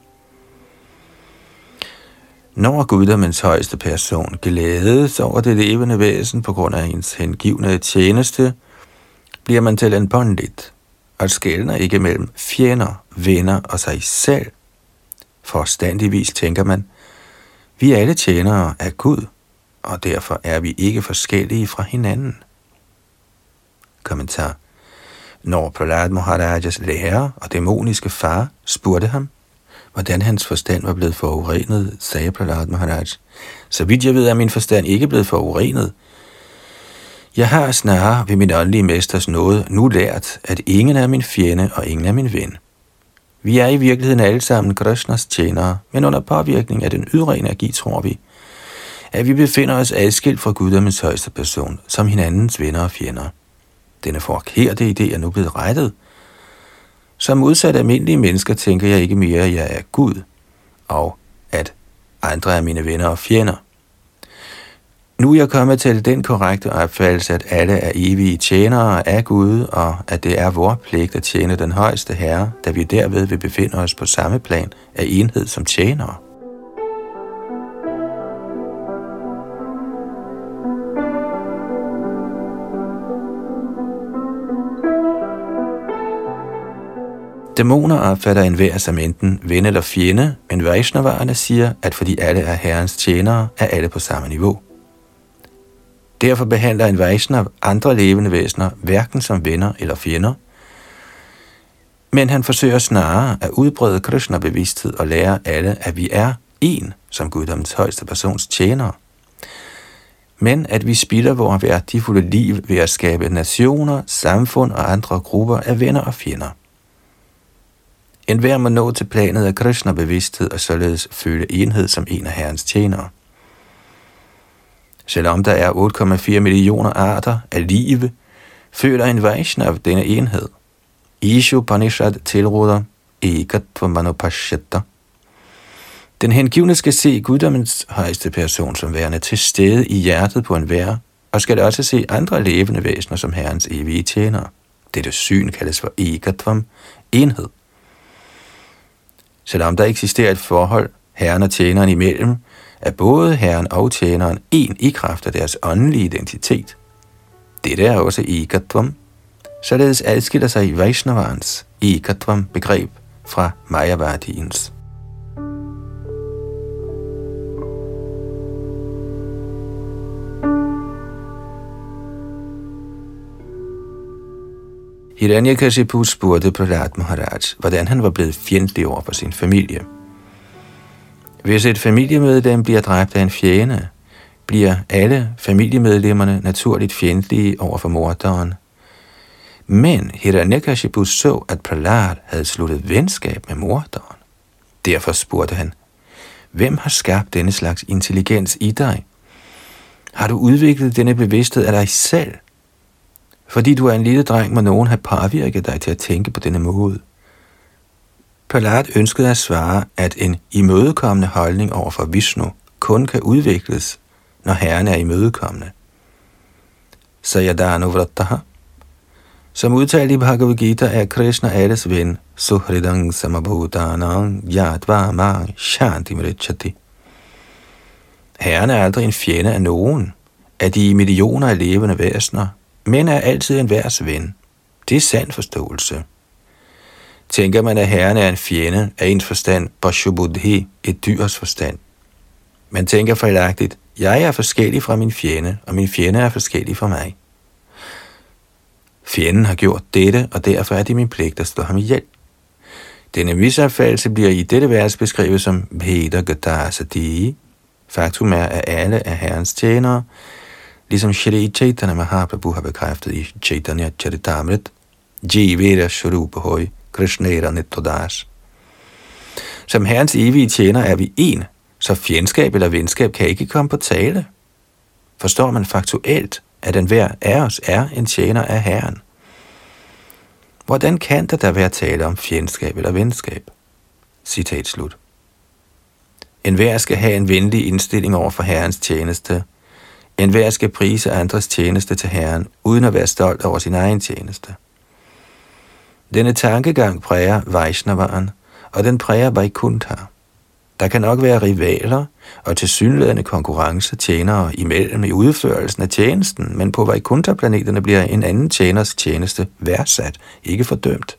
Når guddommens højeste person glædes over det levende væsen på grund af ens hengivne tjeneste, bliver man til en pandit og skelner ikke mellem fjender, venner og sig selv. Forstandigvis tænker man, vi alle tjenere af Gud, og derfor er vi ikke forskellige fra hinanden. Kommentar. Når Prahlad Maharajas lærer og dæmoniske far spurgte ham, hvordan hans forstand var blevet forurenet, sagde Prahlad Maharaj, så vidt jeg ved, er min forstand ikke blevet forurenet. Jeg har snarere ved min åndelige mesters nåde nu lært, at ingen er min fjende og ingen er min ven. Vi er i virkeligheden alle sammen Krishnas tjenere, men under påvirkning af den ydre energi tror vi, at vi befinder os adskilt fra guddommens højeste person, som hinandens venner og fjender. Denne forkerte idé er nu blevet rettet. Som modsat almindelige mennesker tænker jeg ikke mere, at jeg er Gud, og at andre er mine venner og fjender. Nu er jeg kommet til den korrekte opfattelse, at alle er evige tjenere af Gud, og at det er vor pligt at tjene den højeste herre, da vi derved vil befinde os på samme plan af enhed som tjenere. Dæmoner opfatter enhver som enten ven eller fjende, men Vaishnavaerne siger, at fordi alle er herrens tjenere, er alle på samme niveau. Derfor behandler en Vaishnav andre levende væsener hverken som venner eller fjender, men han forsøger snarere at udbrede Krishna-bevidsthed og lære alle, at vi er én som guddommens højeste persons tjenere, men at vi spilder vores værdifulde liv ved at skabe nationer, samfund og andre grupper af venner og fjender. Enhver må nå til planet af Krishna-bevidsthed og således føle enhed som en af herrens tjenere. Selvom der er 8,4 millioner arter af liv, føler en Vaishnav denne enhed. Ishopanishad tilråder Ekatvam Manupashyata. Den hengivne skal se guddommens højeste person som værende til stede i hjertet på enhver, og skal også se andre levende væsener som Herrens evige tjenere. Dette syn kaldes for Ekatvam, enhed. Selvom der eksisterer et forhold Herren og tjeneren imellem, er både Herren og tjeneren en i kraft af deres åndelige identitet. Dette er også Ekatvam. Således adskiller sig Vaishnavans Ekatvam-begreb fra Mayavadiens. Hiranyakashipu spurgte Prahlad Maharaj, hvordan han var blevet fjendtlig over for sin familie. Hvis et familiemedlem bliver dræbt af en fjende, bliver alle familiemedlemmerne naturligt fjendtlige over for morderen. Men Hiranyakashipu så, at Prahlad havde sluttet venskab med morderen. Derfor spurgte han, hvem har skabt denne slags intelligens i dig? Har du udviklet denne bevidsthed af dig selv? Fordi du er en lille dreng, må nogen have påvirket dig til at tænke på denne måde. Prahlad ønskede at svare, at en imødekommende holdning over for Vishnu kun kan udvikles, når Herren er imødekommende. Sayadanuvrattaha. Som udtalt i Bhagavad Gita er Krishna alles ven, suhridang samabhutanang yadva mang shantimrichati. Herren er aldrig en fjende af nogen, af de millioner af levende væsener, men er altid en værs ven. Det er sand forståelse. Tænker man, at Herren er en fjende af ens forstand, Pashubudhi, et dyrs forstand. Man tænker fejlagtigt, jeg er forskellig fra min fjende, og min fjende er forskellig fra mig. Fjenden har gjort dette, og derfor er det min pligt at slå ham ihjel. Denne misopfattelse bliver i dette vers beskrevet som Veda Gadasadi. Faktum er, at alle er Herrens tjenere, ligesom Shri Chaitanya Mahaprabhu har bekræftet i Chaitanya Charitamrit, Jivera Shurupahoy, Krishnera Nittodas. Som Herrens evige tjener er vi en, så fjendskab eller venskab kan ikke komme på tale. Forstår man faktuelt, at enhver af os er en tjener af Herren? Hvordan kan der være tale om fjendskab eller venskab? Citat slut. Enhver skal have en venlig indstilling over for Herrens tjeneste. Enhver skal prise andres tjeneste til Herren, uden at være stolt over sin egen tjeneste. Denne tankegang præger Vaishnavaren, og den præger Vaikuntha. Der kan nok være rivaler og tilsyneladende konkurrence tjenere imellem i udførelsen af tjenesten, men på Vaikuntha-planeterne bliver en anden tjeners tjeneste værdsat, ikke fordømt.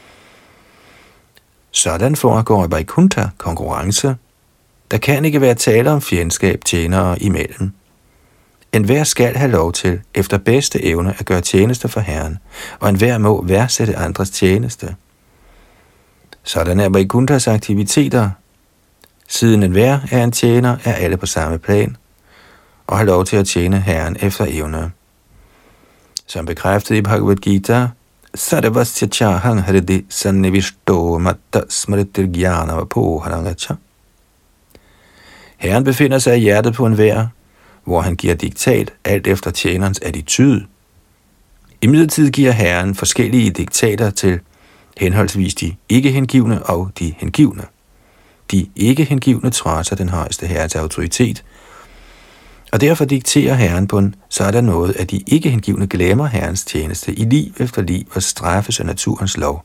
Sådan foregår i Vaikuntha konkurrence. Der kan ikke være tale om fjendskab tjenere imellem. Enhver skal have lov til, efter bedste evne, at gøre tjeneste for Herren, og enhver må værdsætte andres tjeneste. Sådan er Vaikunthas aktiviteter. Siden enhver er en tjener, er alle på samme plan, og har lov til at tjene Herren efter evne. Som bekræftet i Bhagavad Gita, Sarvasya chahang haridi sannivishto matta smritir jnana vapoharangacha. Herren befinder sig i hjertet på enhver, hvor han giver diktat alt efter tjenerens attitude. Imidlertid giver Herren forskellige diktater til henholdsvis de ikke-hengivne og de hengivne. De ikke-hengivne trodser den højeste herres autoritet, og derfor dikterer Herren på en sådan måde, at de ikke-hengivne glemmer Herrens tjeneste i liv efter liv og straffes af naturens lov.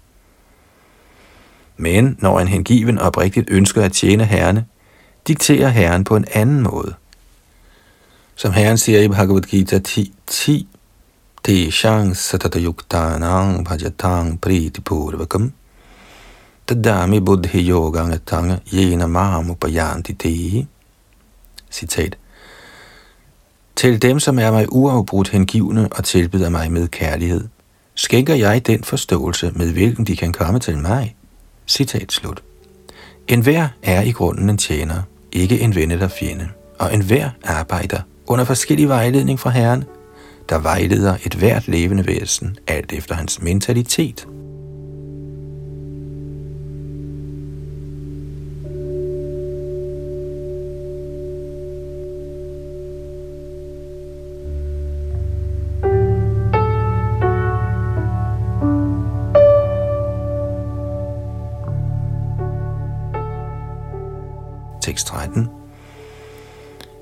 Men når en hengiven oprigtigt ønsker at tjene Herrene, dikterer Herren på en anden måde. Som Herren siger i Bhagavad Gita 10:10, Teshang satatayuktanang bhajatang pritipurvakam tadami buddhi yogangatang yena maham upayanti te. Citat. Til dem, som er mig uafbrudt hengivne og tilbyder mig med kærlighed, skænker jeg den forståelse, med hvilken de kan komme til mig. Citat slut. Enhver er i grunden en tjener, ikke en ven eller fjende, og enhver arbejder under forskellig vejledning fra Herren, der vejleder et hvert levende væsen, alt efter hans mentalitet.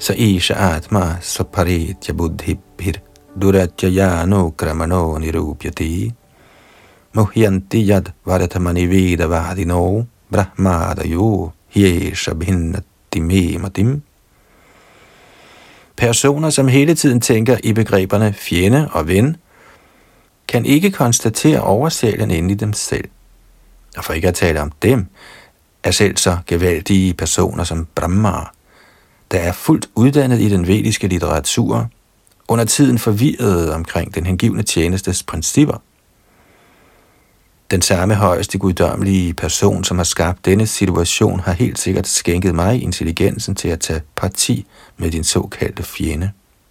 sa isha atma saparitya buddhibhir duratjayano kramano nirupyati muhyanti yad vadatamani veda vadino brahmadayo hyesha bhinnati mematim. Personer, som hele tiden tænker i begreberne fjende og ven, kan ikke konstatere oversælen inde i dem selv. Og for ikke at tale om dem, er selv så gevaldige personer som Brahma, der er fuldt uddannet i den vediske litteratur, under tiden forvirret omkring den hengivne tjenestes principper. Den samme højeste guddommelige person, som har skabt denne situation, har helt sikkert skænket mig intelligensen til at tage parti med din såkaldte fjende.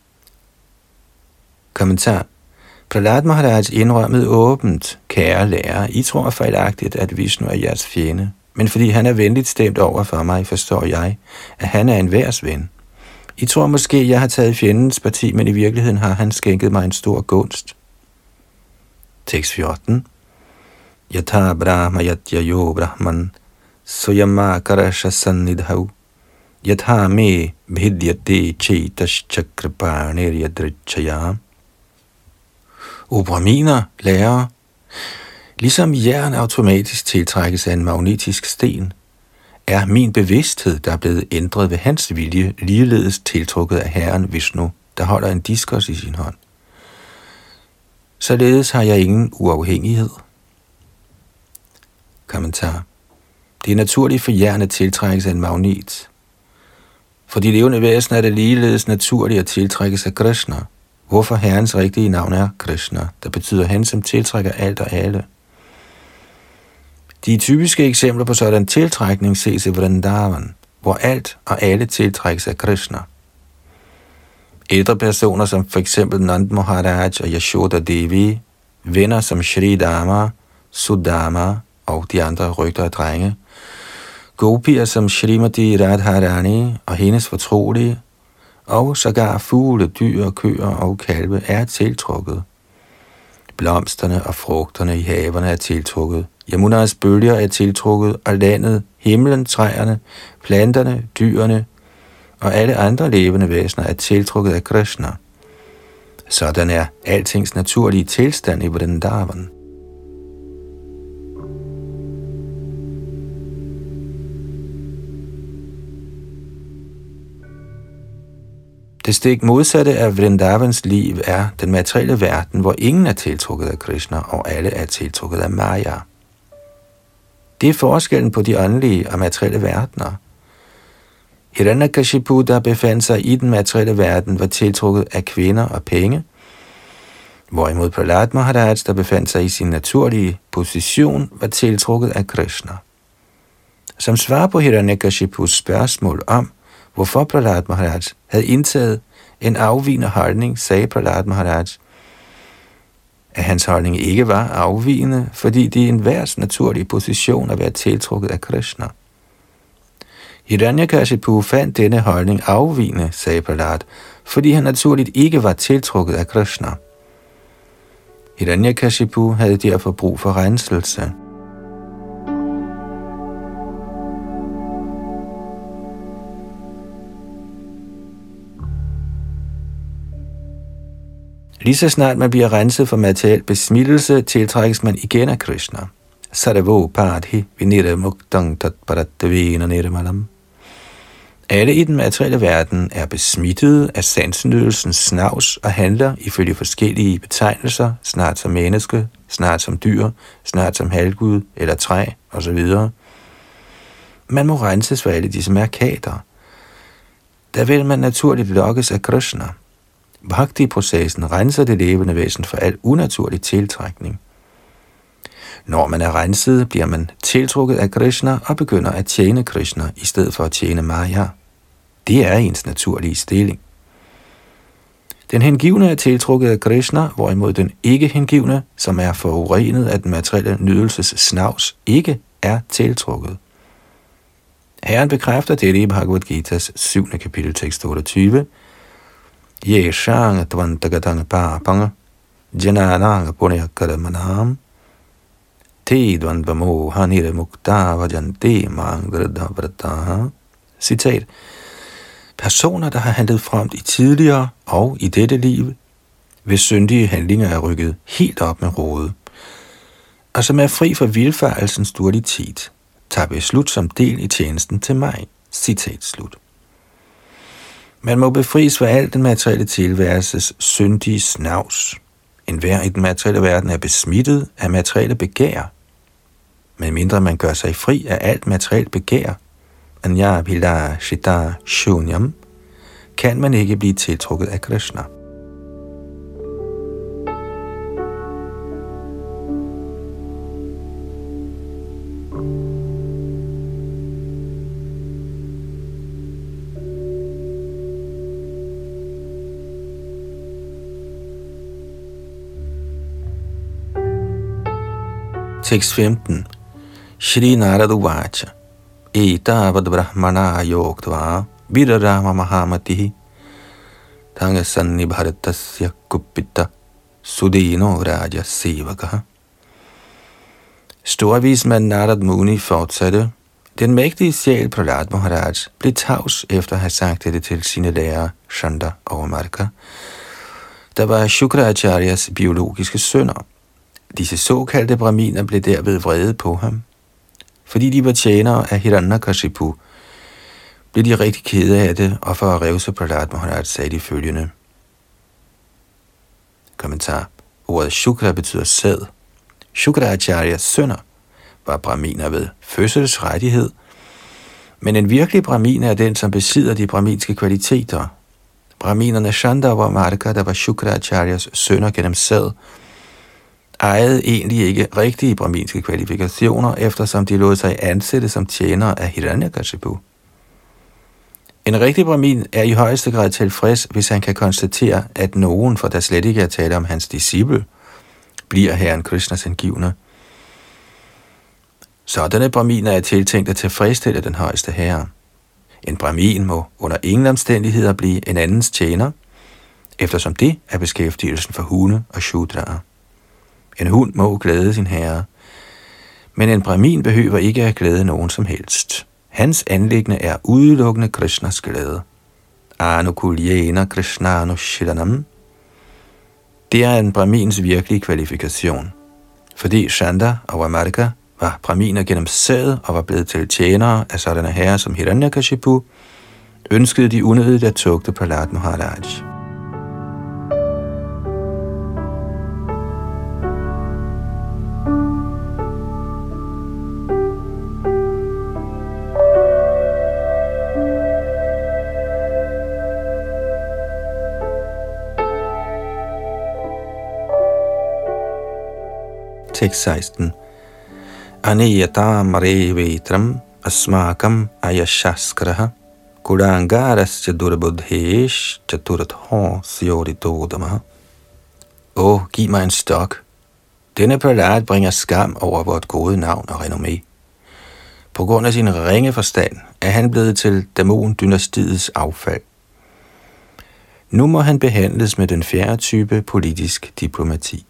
Kommentar. Prahlad Maharaj indrømmede åbent: kære lærer, I tror fejlagtigt, at Vishnu er jeres fjende, men fordi han er venligt stemt over for mig, forstår jeg, at han er en værs ven. I tror måske, jeg har taget fjendens parti, men i virkeligheden har han skænket mig en stor gunst. Tekst 14. Yatha brahma yatyayo brahman suyama karasha sannidhav yatha me bhidyate chetas chakrapanir yadrichaya. O brahminer, lærere, ligesom jern automatisk tiltrækkes af en magnetisk sten, er min bevidsthed, der er blevet ændret ved hans vilje, ligeledes tiltrukket af Herren Vishnu, der holder en diskos i sin hånd. Således har jeg ingen uafhængighed. Kommentar. Det er naturligt for jern at tiltrækkes af en magnet. For de levende væsener er det ligeledes naturligt at tiltrækkes af Krishna, hvorfor Herrens rigtige navn er Krishna, der betyder han, som tiltrækker alt og alle. De typiske eksempler på sådan tiltrækning ses i Vrindavan, hvor alt og alle tiltrækkes af Krishna. Ældre personer som for eksempel Nand Maharaj og Yashoda Devi, venner som Shri Dama, Sudama og de andre rygter af drenge, gopier som Shrimati Radharani og hendes fortrolige, og sågar fugle, dyr, køer og kalve er tiltrukket. Blomsterne og frugterne i haverne er tiltrukket. Yamunas bølger er tiltrukket, og landet, himlen, træerne, planterne, dyrene og alle andre levende væsener er tiltrukket af Krishna. Sådan er altings naturlige tilstand i Vrindavan. Det stik modsatte af Vrindavans liv er den materielle verden, hvor ingen er tiltrukket af Krishna, og alle er tiltrukket af Maya. Det er forskellen på de åndelige og materielle verdener. Hiranyakashipu, der befandt sig i den materielle verden, var tiltrukket af kvinder og penge, hvorimod Prahlad Maharaj, der befandt sig i sin naturlige position, var tiltrukket af Krishna. Som svar på Hiranyakashipus spørgsmål om, hvorfor Prahlad Maharaj havde indtaget en afvigende holdning, sagde Prahlad Maharaj, at hans holdning ikke var afvigende, fordi det er enhvers naturlige position at være tiltrukket af Krishna. Hiranyakashipu fandt denne holdning afvigende, sagde Prahlad, fordi han naturligt ikke var tiltrukket af Krishna. Hiranyakashipu havde derfor brug for renselse. Lige så snart man bliver renset for materiel besmittelse, tiltrækkes man igen af Krishna. Sarvo padhi vinira muktang tatparatavena nirmalam. Alle i den materielle verden er besmittet af sansenydelsens snavs og handler ifølge forskellige betegnelser, snart som menneske, snart som dyr, snart som halvgud eller træ osv. Man må renses for alle disse mærkater. Der vil man naturligt lokkes af Krishna. Bhakti-processen renser det levende væsen for al unaturlig tiltrækning. Når man er renset, bliver man tiltrukket af Krishna og begynder at tjene Krishna i stedet for at tjene Maya. Det er ens naturlige stilling. Den hengivne er tiltrukket af Krishna, hvorimod den ikke hengivne, som er forurenet af den materielle nydelses snavs, ikke er tiltrukket. Herren bekræfter dette i Bhagavad Gita's 7. kapitel, tekst 28. Yeshang tvantagatang papanga jananang punyakaramanam te dvandvamo hanire mukta vajante mang vridhavrataha. Citat. Personer, der har handlet fremt i tidligere og i dette liv, hvis syndige handlinger er rykket helt op med rode, og som er fri for vildfarelsens dualitet, tager beslut som del i tjenesten til mig. Citat slut. Man må befries for al den materielle tilværelses syndige snavs. Enhver i den materielle verden er besmittet af materielle begær. Men mindre man gør sig fri af alt materielt begær, anya bhila shita shunyam, kan man ikke blive tiltrukket af Krishna. Tekst 15. Shri Narada Uvacha Etavad Brahmana Yogtva Virarama Mahamatihi Tangasanni Bharatasya Kuppita Sudino Raja Sevakaha. Storvismand Narad Muni fortsatte: Den mægtige sjæl Prahlad Maharaj blev tavs efter at have sagt dette til sine lærere Chanda og Marka, der var Shukracharyas biologiske sønner. Disse såkaldte brahminer blev derved vrede på ham. Fordi de var tjenere af Hiranyakashipu, blev de rigtig kede af det, og for at revse Prahlad Maharaj sagde de følgende. Kommentar. Ordet Shukra betyder sæd. Shukracharyas sønner var brahminer ved fødselsrettighed, men en virkelig brahminer er den, som besidder de brahminske kvaliteter. Brahminerne Chanda og Marka, der var Shukracharyas sønner gennem sæd, ejede egentlig ikke rigtige brahminske kvalifikationer, eftersom de lod sig ansætte som tjenere af Hiranyakashipu. En rigtig brahmin er i højeste grad tilfreds, hvis han kan konstatere, at nogen, for der slet ikke er tale om hans disciple, bliver herren Krishnas hengivne. Sådanne brahminer er tiltænkt at tilfredsstille den højeste herre. En brahmin må under ingen omstændigheder blive en andens tjener, eftersom det er beskæftigelsen for hunde og shudraer. En hund må glæde sin herre, men en brahmin behøver ikke at glæde nogen som helst. Hans anliggende er udelukkende Krishnas glæde. Anukulyena Krishnanu Shiranam. Det er en brahmins virkelige kvalifikation. Fordi Chanda og Amarka var brahminer gennem sæd og var blevet til tjenere af sådanne herrer som Hiranyakashipu, ønskede de unødigt at tugte Prahlad Maharaj. Tekst 16. Aniyatam revetram asmakam ayashaskraha kulangarasya durbuddhesh chaturatho syoritodamaha. Giv mig en stok. Denne Prahlad bringer skam over vort gode navn og renommé. På grund af sin ringe forstand er han blevet til dæmondynastiets affald. Nu må han behandles med den fjerde type politisk diplomati.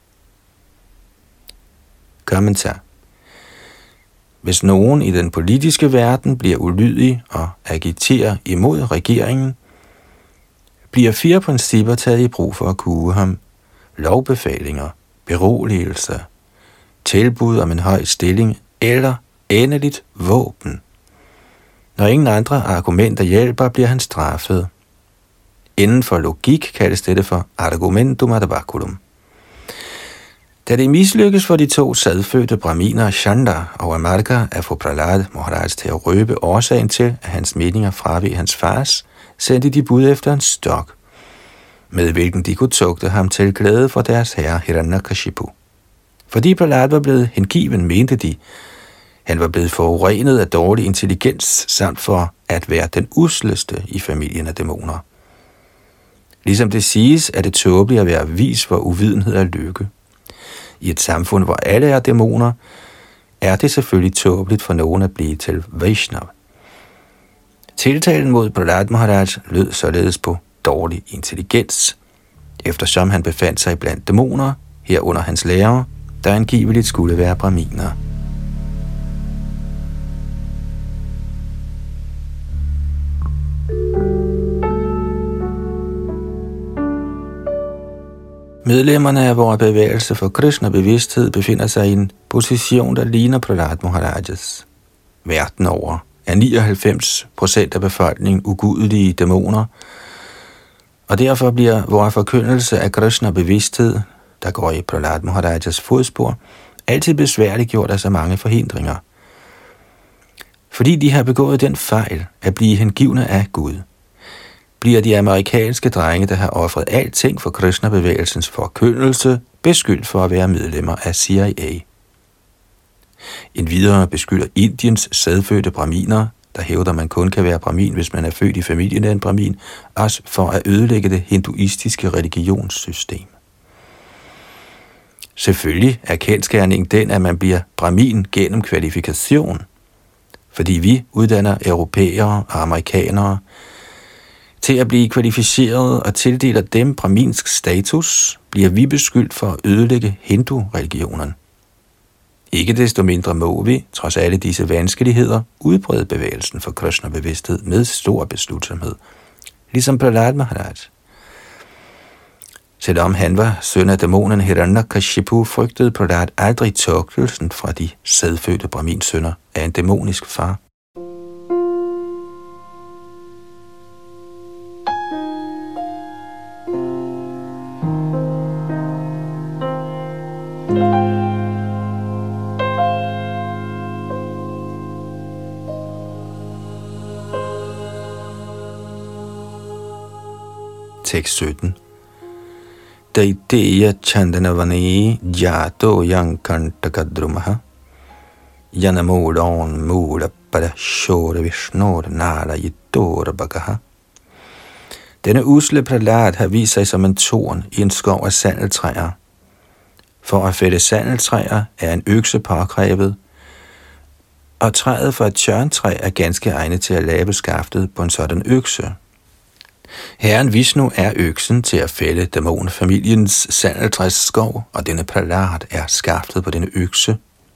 Kommentar. Hvis nogen i den politiske verden bliver ulydig og agiterer imod regeringen, bliver 4 principper taget i brug for at kue ham: lovbefalinger, beroligelse, tilbud om en høj stilling eller endeligt våben. Når ingen andre argumenter hjælper, bliver han straffet. Inden for logik kaldes dette for argumentum ad baculum. Da det mislykkes for de 2 sadfødte brahminer Chanda og Amarka at få Prahlad Maharaj til at røbe årsagen til, at hans meninger fraveg hans fars, sendte de bud efter en stok, med hvilken de kunne tugte ham til glæde for deres herre Hiranyakashipu. Fordi Prahlad var blevet hengiven, mente de, han var blevet forurenet af dårlig intelligens, samt for at være den usleste i familien af dæmoner. Ligesom det siges, at det tåbeligt at være vis for uvidenhed og lykke. I et samfund, hvor alle er dæmoner, er det selvfølgelig tåbeligt for nogen at blive til Vaishnav. Tiltalen mod Prahlad Maharaj lød således på dårlig intelligens, eftersom han befandt sig blandt dæmoner, herunder hans lærere, der angiveligt skulle være brahminer. Medlemmerne af vores bevægelse for Krishna-bevidsthed befinder sig i en position, der ligner Prahlad Maharajas. Verden over er 99% af befolkningen ugudelige dæmoner, og derfor bliver vores forkyndelse af Krishna-bevidsthed, der går i Prahlad Maharajas fodspor, altid besværligt gjort af så mange forhindringer. Fordi de har begået den fejl at blive hengivne af Gud, bliver de amerikanske drenge, der har offret alting for Krishna-bevægelsens forkyndelse, beskyldt for at være medlemmer af CIA. Endvidere beskylder Indiens sædfødte brahminer, der hævder, man kun kan være brahmin, hvis man er født i familien af en brahmin, os for at ødelægge det hinduistiske religionssystem. Selvfølgelig er kendsgerningen den, at man bliver brahmin gennem kvalifikation, fordi vi uddanner europæere og amerikanere til at blive kvalificerede og tildeler dem brahminsk status, bliver vi beskyldt for at ødelægge hindu-religionen. Ikke desto mindre må vi, trods alle disse vanskeligheder, udbrede bevægelsen for Krishna-bevidsthed med stor beslutsomhed, ligesom Prahlad Maharaj. Selvom han var søn af dæmonen Hiranyakashipu, frygtede Prahlad aldrig tugtelsen fra de sædfødte brahminsønner af en dæmonisk far. Tekst 17. Daiteya chandanavane jato yankantakadrumaha yanamodon mulapada shora vishnor narayitora bagaha. Denne usle Prahlad har vist sig som en torn i en skov af sandeltræer. For at fælde sandeltræer er en økse påkrævet, og træet for et tjørntræ er ganske egnet til at lave skaftet på en sådan økse. Herren Vishnu er øksen til at fælde dæmonfamiliens sandeltræsskov, og denne Prahlad er skaftet på denne økse.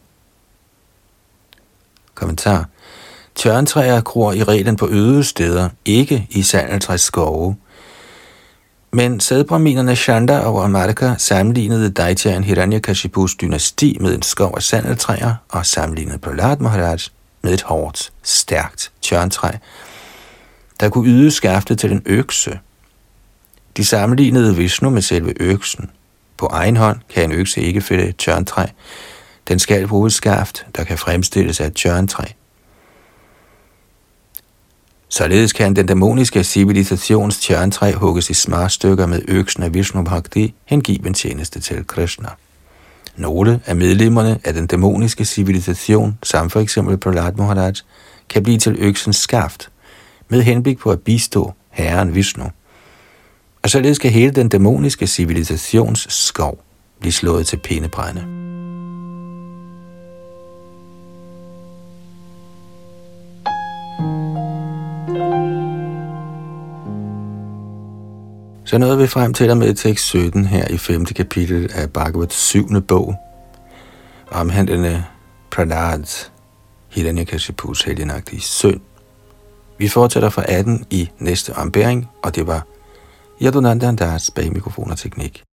Kommentar. Tjørntræer gror i reglen på øde steder, ikke i sandeltræsskove. Men sædbrahminerne Chanda og Amadaka sammenlignede Daityaen Hiranyakashipus dynasti med en skov af sandeltræer og sammenlignede Prahlad Maharaj med et hårdt, stærkt tjørntræ, der kunne yde skaftet til en økse. De sammenlignede Vishnu med selve øksen. På egen hånd kan en økse ikke fælde et tjørntræ. Den skal bruge et skaft, der kan fremstilles af et tjørntræ. Således kan den dæmoniske civilisations tjørntræ hugges i smartstykker med øksen af Vishnu Bhakti, hengiven tjeneste til Krishna. Nogle af medlemmerne af den dæmoniske civilisation, som for eksempel Prahlad Maharaj, kan blive til øksens skaft, med henblik på at bistå herren Vishnu. Og således skal hele den dæmoniske civilisations skov blive slået til pindebrænde. Så nåede vi frem til med tekst 17 her i 5. kapitel af Bhagavats 7. bog, omhandlende Prahlad, Hiranyakashipus helgenagtige søn. Vi fortsætter fra 18 i næste ombæring, og det var Yadunandan Das bag mikrofon og teknik.